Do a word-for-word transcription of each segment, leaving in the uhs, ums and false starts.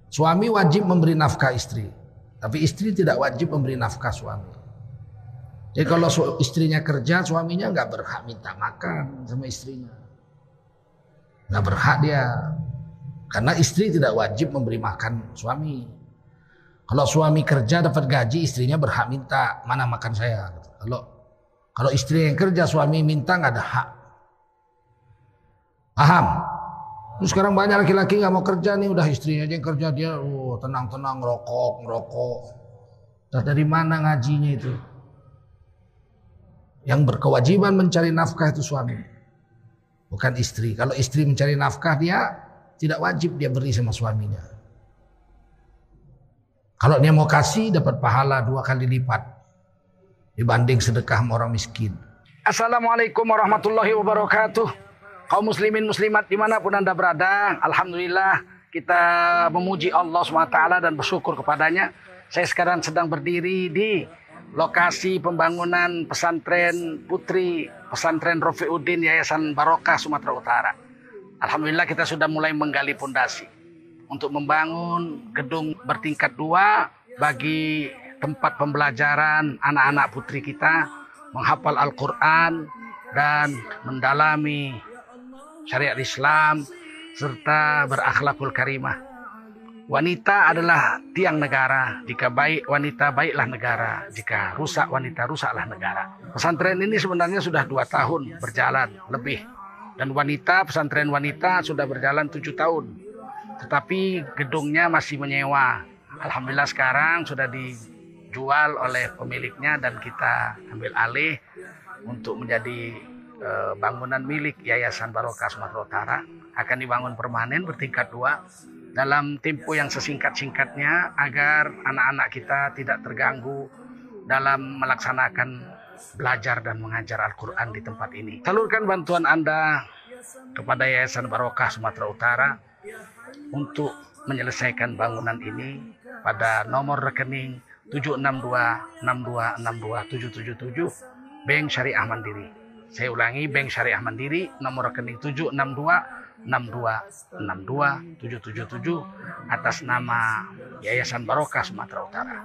Suami wajib memberi nafkah istri, tapi istri tidak wajib memberi nafkah suami. Jadi kalau istrinya kerja, suaminya nggak berhak minta makan sama istrinya, nggak berhak dia, karena istri tidak wajib memberi makan suami. Kalau suami kerja dapat gaji, istrinya berhak minta, mana makan saya. Kalau kalau istri yang kerja, suami minta nggak ada hak. Paham? Terus sekarang banyak laki-laki nggak mau kerja nih, udah istrinya aja yang kerja, dia oh, tenang-tenang ngerokok, ngerokok. Dan dari mana ngajinya itu? Yang berkewajiban mencari nafkah itu suami, bukan istri. Kalau istri mencari nafkah, dia tidak wajib dia beri sama suaminya. Kalau dia mau kasih, dapat pahala dua kali lipat dibanding sedekah sama orang miskin. Assalamualaikum warahmatullahi wabarakatuh. Kaum muslimin muslimat dimanapun anda berada, alhamdulillah kita memuji Allah subhanahu wa taala dan bersyukur kepadanya. Saya sekarang sedang berdiri di lokasi pembangunan pesantren putri pesantren Rofiuddin Yayasan Barokah Sumatera Utara. Alhamdulillah kita sudah mulai menggali pondasi untuk membangun gedung bertingkat dua bagi tempat pembelajaran anak-anak putri kita menghafal Al-Quran dan mendalami syariat Islam serta berakhlakul karimah. Wanita adalah tiang negara. Jika baik wanita, baiklah negara. Jika rusak wanita, rusaklah negara. Pesantren ini sebenarnya sudah dua tahun berjalan lebih. Dan wanita, pesantren wanita sudah berjalan tujuh tahun. Tetapi gedungnya masih menyewa. Alhamdulillah sekarang sudah dijual oleh pemiliknya dan kita ambil alih untuk menjadi e, bangunan milik Yayasan Barokah Sumatera Utara. Akan dibangun permanen bertingkat dua. Dalam tempo yang sesingkat-singkatnya agar anak-anak kita tidak terganggu dalam melaksanakan belajar dan mengajar Al-Quran di tempat ini. Salurkan bantuan Anda kepada Yayasan Barokah Sumatera Utara untuk menyelesaikan bangunan ini pada nomor rekening tujuh enam dua enam dua enam dua tujuh tujuh tujuh Bank Syariah Mandiri. Saya ulangi, Bank Syariah Mandiri, nomor rekening tujuh enam dua enam dua enam dua tujuh tujuh tujuh atas nama Yayasan Barokah Sumatera Utara.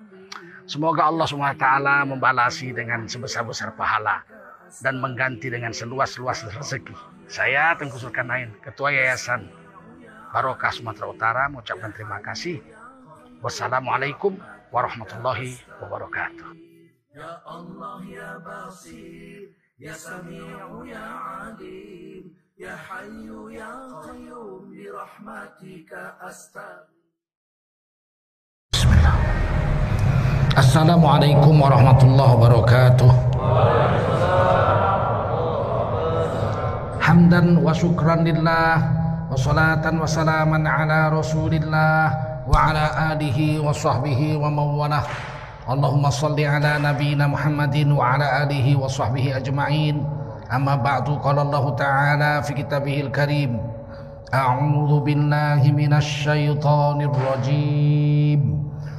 Semoga Allah subhanahu wa taala membalasi dengan sebesar-besar pahala dan mengganti dengan seluas-luas rezeki. Saya Tengku Zulkarnain, Ketua Yayasan Barokah Sumatera Utara, mengucapkan terima kasih. Wassalamualaikum warahmatullahi wabarakatuh. Ya Allah ya Basir, ya Sami'u ya Alim, ya Hayyu ya Qayyum bi rahmatika astaghfir. Bismillah. Assalamualaikum warahmatullahi wabarakatuh. Hamdan wa syukran lillah wa salatan wa salaman ala Rasulillah wa ala alihi wa sahbihi wa mawalah. Allahumma salli ala nabiyyina Muhammadin wa ala alihi wa sahbihi ajma'in. Amma ba'du, qala Allah Ta'ala fi kitabihil karim, a'udzu billahi minasy syaithanir rajim.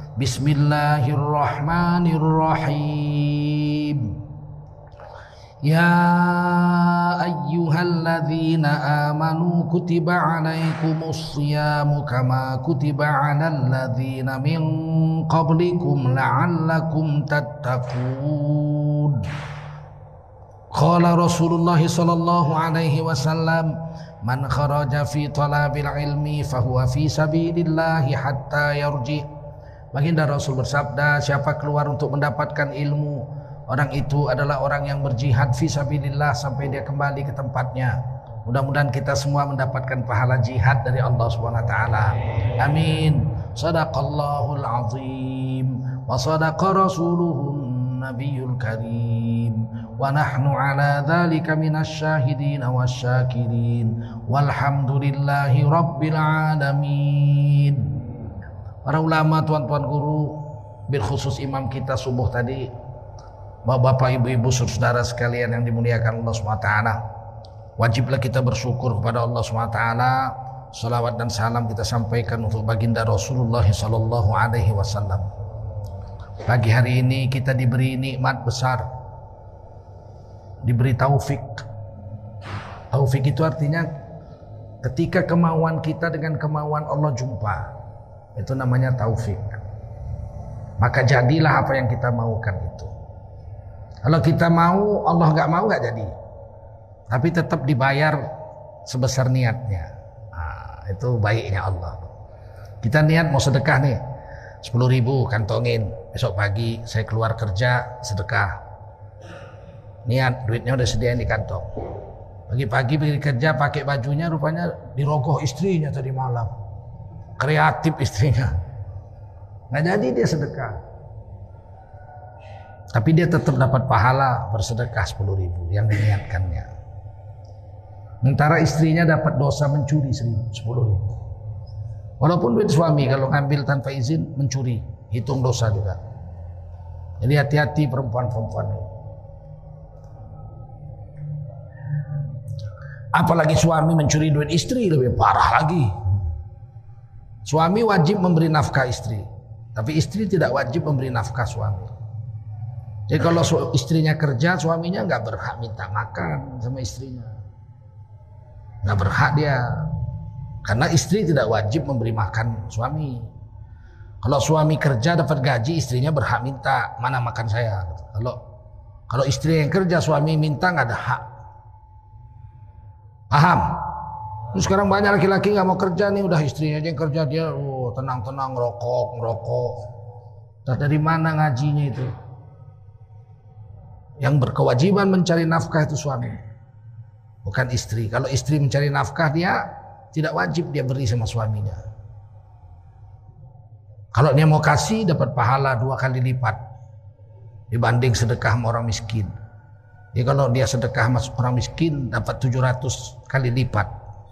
Bismillahirrahmanirrahim. Ya ayyuhalladzina amanu kutiba 'alaikumus shiyamu kama kutiba 'alal ladzina min qablikum la'allakum tattaqun. Qala Rasulullah sallallahu alaihi wasallam, man kharaja fi talabil ilmi fahuwa fi sabilillahi hatta yarji. Baginda Rasul bersabda, siapa keluar untuk mendapatkan ilmu, orang itu adalah orang yang berjihad fi sabilillah sampai dia kembali ke tempatnya. Mudah-mudahan kita semua mendapatkan pahala jihad dari Allah Subhanahu wa taala. Amin. Shadaqallahul azim wa sadaqa rasuluhun nabiyul karim. Wa nahnu ala dzalika minasy syahidin wasyakirin. Walhamdulillahi rabbil alamin. Para ulama, tuan-tuan guru, bil khusus imam kita subuh tadi, bapak, ibu-ibu, saudara sekalian yang dimuliakan Allah subhanahu wa taala, wajiblah kita bersyukur kepada Allah subhanahu wa taala. Salawat dan salam kita sampaikan untuk baginda Rasulullah sallallahu alaihi wasallam. Pagi hari ini kita diberi nikmat besar, diberi taufik. Taufik itu artinya ketika kemauan kita dengan kemauan Allah jumpa. Itu namanya taufik. Maka jadilah apa yang kita maukan itu. Kalau kita mau, Allah nggak mau nggak jadi. Tapi tetap dibayar sebesar niatnya. Nah, itu baiknya Allah. Kita niat mau sedekah nih, sepuluh ribu kantongin. Besok pagi saya keluar kerja sedekah. Niat, duitnya udah sediain di kantong. Pagi-pagi pergi kerja pakai bajunya rupanya dirogoh istrinya tadi malam. Kreatif istrinya. Nggak jadi dia sedekah. Tapi dia tetap dapat pahala bersedekah sepuluh ribu yang diniatkannya. Sementara istrinya dapat dosa mencuri sepuluh ribu. Walaupun duit suami kalau ngambil tanpa izin mencuri, hitung dosa juga. Jadi hati-hati perempuan-perempuan ini. Apalagi suami mencuri duit istri lebih parah lagi. Suami wajib memberi nafkah istri, tapi istri tidak wajib memberi nafkah suami. Jadi kalau istrinya kerja, suaminya nggak berhak minta makan sama istrinya, nggak berhak dia, karena istri tidak wajib memberi makan suami. Kalau suami kerja dapat gaji, istrinya berhak minta mana makan saya. Kalau kalau istri yang kerja, suami minta nggak ada hak. Paham? Terus sekarang banyak laki-laki nggak mau kerja nih, udah istrinya aja yang kerja, dia oh, tenang-tenang ngerokok, ngerokok. Nah, dari mana ngajinya itu? Yang berkewajiban mencari nafkah itu suami, bukan istri. Kalau istri mencari nafkah, dia tidak wajib dia beri sama suaminya. Kalau dia mau kasih, dapat pahala dua kali lipat dibanding sedekah sama orang miskin. Jadi kalau dia sedekah sama orang miskin dapat tujuh ratus kali lipat.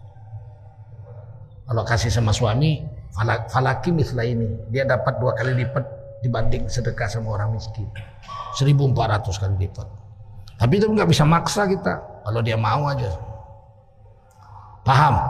Kalau kasih sama suami, falaki mislah ini, dia dapat dua kali lipat dibanding sedekah sama orang miskin, seribu empat ratus kali lipat. Tapi itu nggak bisa maksa kita, kalau dia mau aja. Paham?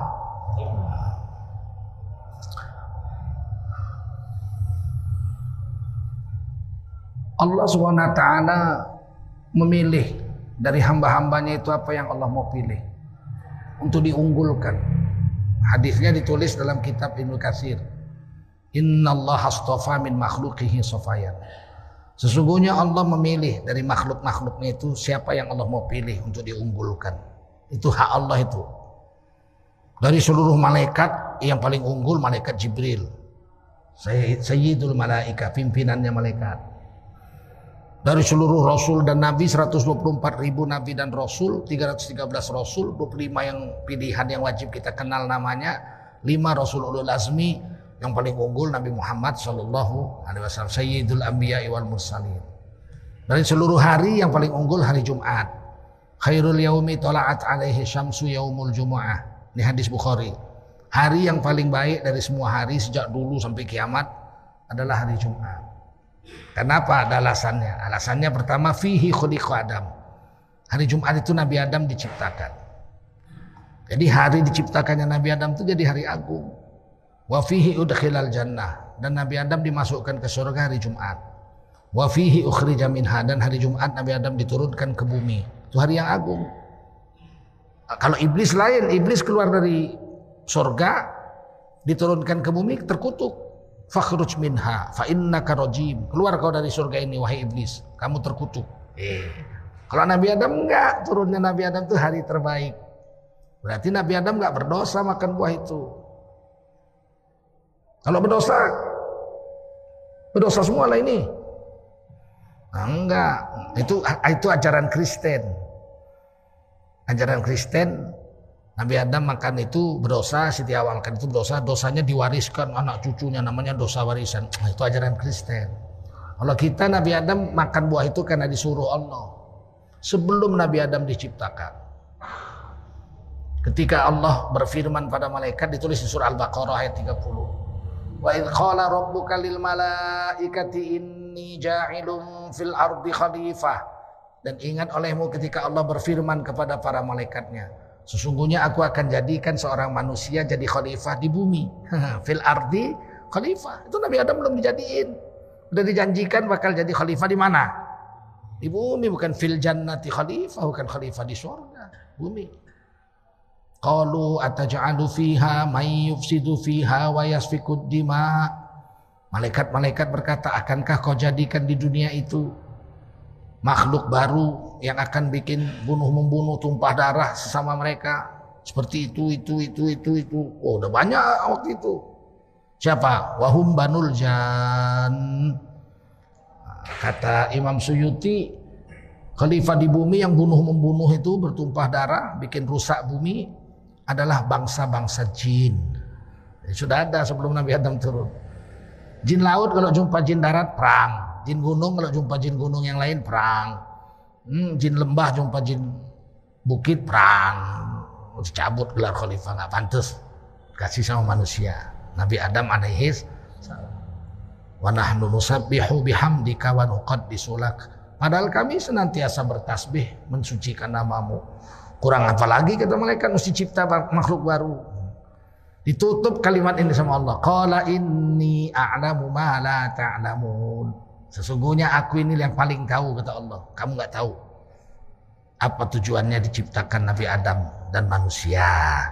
Allah subhanahu wa taala memilih dari hamba-hambanya itu apa yang Allah mau pilih untuk diunggulkan. Hadisnya ditulis dalam kitab Ibnu Katsir. Innallaha astafa min makhluqihi safayan. Sesungguhnya Allah memilih dari makhluk-makhluknya itu siapa yang Allah mau pilih untuk diunggulkan. Itu hak Allah itu. Dari seluruh malaikat yang paling unggul malaikat Jibril. Sayyidul malaika, pimpinannya malaikat. Dari seluruh rasul dan nabi, seratus dua puluh empat ribu nabi dan rasul, tiga ratus tiga belas rasul, dua puluh lima yang pilihan yang wajib kita kenal namanya, lima rasul ulul azmi. Yang paling unggul Nabi Muhammad sallallahu alaihi wasallam, sayyidul anbiya'i wal mursalin. Dari seluruh hari yang paling unggul hari Jumat. Khairul yaumi tala'at alaihi syamsu yaumul jumu'ah. Ini hadis Bukhari. Hari yang paling baik dari semua hari sejak dulu sampai kiamat adalah hari Jumat. Kenapa? Ada alasannya. Alasannya pertama, fihi khuliqa Adam. Hari Jumat itu Nabi Adam diciptakan. Jadi hari diciptakannya Nabi Adam itu jadi hari agung. Wa fihi udkhilal jannah, dan Nabi Adam dimasukkan ke surga hari Jumat. Wa fihi ukhrija minha, dan hari Jumat Nabi Adam diturunkan ke bumi. Itu hari yang agung. Kalau iblis lain, iblis keluar dari surga diturunkan ke bumi terkutuk. Fakhruj minha fa innaka rajim. Keluar kau dari surga ini wahai iblis, kamu terkutuk. Eh. Kalau Nabi Adam enggak, turunnya Nabi Adam itu hari terbaik. Berarti Nabi Adam enggak berdosa makan buah itu. Kalau berdosa, berdosa semua lah ini. Nah, enggak, itu itu ajaran Kristen. Ajaran Kristen, Nabi Adam makan itu berdosa, Siti Hawa makan itu berdosa, dosanya diwariskan anak cucunya, namanya dosa warisan. Nah, itu ajaran Kristen. Kalau kita, Nabi Adam makan buah itu karena disuruh Allah. Sebelum Nabi Adam diciptakan. Ketika Allah berfirman pada malaikat, ditulis di surah Al-Baqarah ayat tiga puluh. Wa idh qala rabbuka lil malaikati inni ja'ilun fil ardi khalifah. Dan ingat olehmu ketika Allah berfirman kepada para malaikatnya, sesungguhnya aku akan jadikan seorang manusia jadi khalifah di bumi. Fil ardi khalifah. Itu Nabi Adam belum dijadiin. Udah dijanjikan bakal jadi khalifah di mana? Di bumi, bukan fil jannati khalifah, bukan khalifah di surga, bumi. Qalu ataj'alu fiha may yufsidu fiha wa yasfikud dima. Malaikat-malaikat berkata, akankah kau jadikan di dunia itu makhluk baru yang akan bikin bunuh-membunuh, tumpah darah sesama mereka? Seperti itu, itu, itu, itu, itu. Oh, udah banyak waktu itu. Siapa? Wahum banul jan. Kata Imam Suyuti, khalifah di bumi yang bunuh-membunuh itu, bertumpah darah, bikin rusak bumi, adalah bangsa-bangsa jin. Jadi sudah ada sebelum Nabi Adam turun. Jin laut kalau jumpa jin darat perang, jin gunung kalau jumpa jin gunung yang lain perang, hmm, jin lembah jumpa jin bukit perang, dicabut gelar khalifah, nggak pantas kasih sama manusia. Nabi Adam alaihi salam. Wa nahnu nusabbihu bihamdika wa nuqaddisu lak. Padahal kami senantiasa bertasbih mensucikan namamu. Kurang apa lagi kata malaikat, mesti cipta makhluk baru. Ditutup kalimat ini sama Allah. Qala inni a'lamu ma la ta'lamun. Sesungguhnya aku ini yang paling tahu kata Allah. Kamu nggak tahu apa tujuannya diciptakan Nabi Adam dan manusia.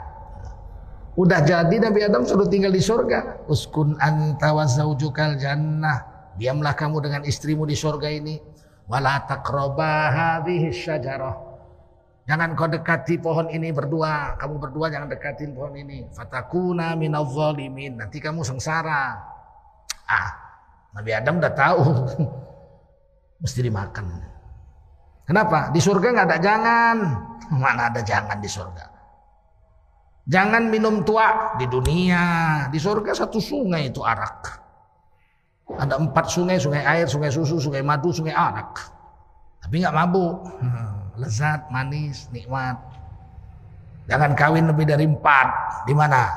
Udah jadi Nabi Adam suruh tinggal di surga. Uskun anta wa zaujukal jannah. Diamlah kamu dengan istrimu di surga ini. Wala taqraba hadhihi syajarah. Jangan kau dekati pohon ini berdua. Kamu berdua jangan dekatin pohon ini. Fatakuna minadh zalimin. Nanti kamu sengsara. Ah, Nabi Adam udah tahu. Mesti dimakan. Kenapa? Di surga nggak ada jangan. Mana ada jangan di surga? Jangan minum tua di dunia. Di surga satu sungai itu arak. Ada empat sungai, sungai air, sungai susu, sungai madu, sungai arak. Tapi nggak mabuk. Lezat, manis, nikmat. Jangan kawin lebih dari empat. Di mana?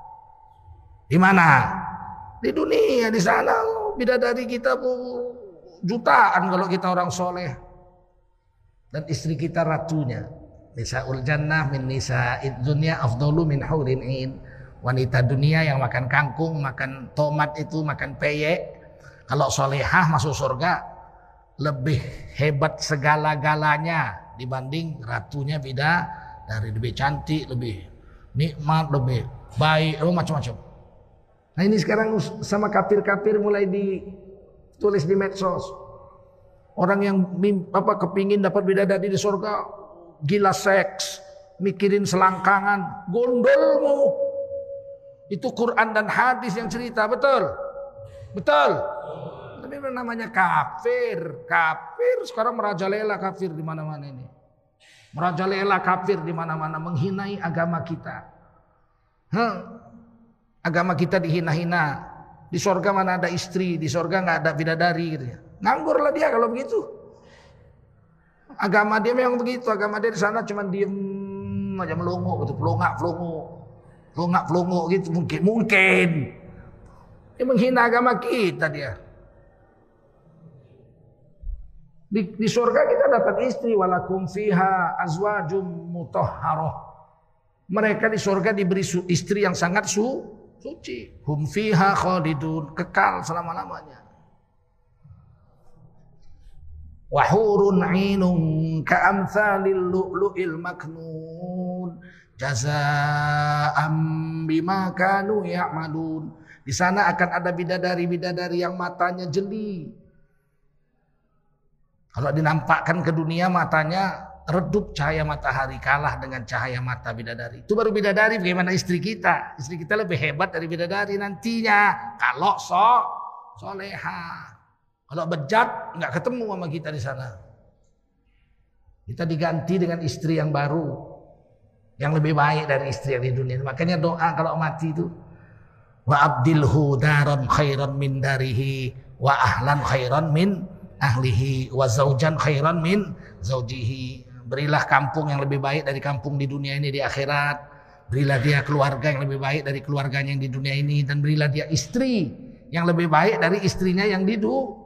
Di mana? Di dunia, di sana. Bidadari kita jutaan kalau kita orang soleh. Dan istri kita ratunya. Nisaul jannah min nisa'id dunya afdalu min haurin in. Wanita dunia yang makan kangkung, makan tomat itu, makan peyek. Kalau solehah masuk surga lebih hebat segala-galanya dibanding ratunya beda, dari lebih cantik, lebih nikmat, lebih baik, oh macam-macam. Nah ini sekarang sama kafir-kafir mulai ditulis di medsos. Orang yang apa kepingin dapat bidadari di surga, gila seks, mikirin selangkangan, gondolmu. Itu Quran dan hadis yang cerita, betul? Betul? Tapi namanya kafir, kafir sekarang merajalela kafir di mana-mana ini. Merajalela kafir di mana-mana, menghinai agama kita. Huh. Agama kita dihina-hina. Di sorga mana ada istri, di sorga nggak ada bidadari gitu ya. Nganggurlah dia kalau begitu. Agama dia memang begitu, agama dia di sana cuma diem aja melongo gitu, pelongak pelongo, pelongak pelongo gitu mungkin mungkin. Dia menghina agama kita dia. Di, di surga kita dapat istri, walakum fiha azwajum mutahharah. Mereka di surga diberi su, istri yang sangat su, suci. Hum fiha khalidun, kekal selama-lamanya. Wa hurun 'ainun ka'amsalil lu'lu'il maknun jazaa'an bima kanu ya'malun. Di sana akan ada bidadari-bidadari yang matanya jeli. Kalau dinampakkan ke dunia matanya redup cahaya matahari, kalah dengan cahaya mata bidadari. Itu baru bidadari. Bagaimana istri kita? Istri kita lebih hebat dari bidadari nantinya. Kalau so, soleha. Kalau bejat nggak ketemu sama kita di sana. Kita diganti dengan istri yang baru, yang lebih baik dari istri yang di dunia. Makanya doa kalau mati itu, wa abdilhu daran khairan min darihi wa ahlan khairan min ahlihi wa zaujan khairan min zaujihi. Berilah kampung yang lebih baik dari kampung di dunia ini di akhirat. Berilah dia keluarga yang lebih baik dari keluarganya yang di dunia ini, dan berilah dia istri yang lebih baik dari istrinya yang di dunia.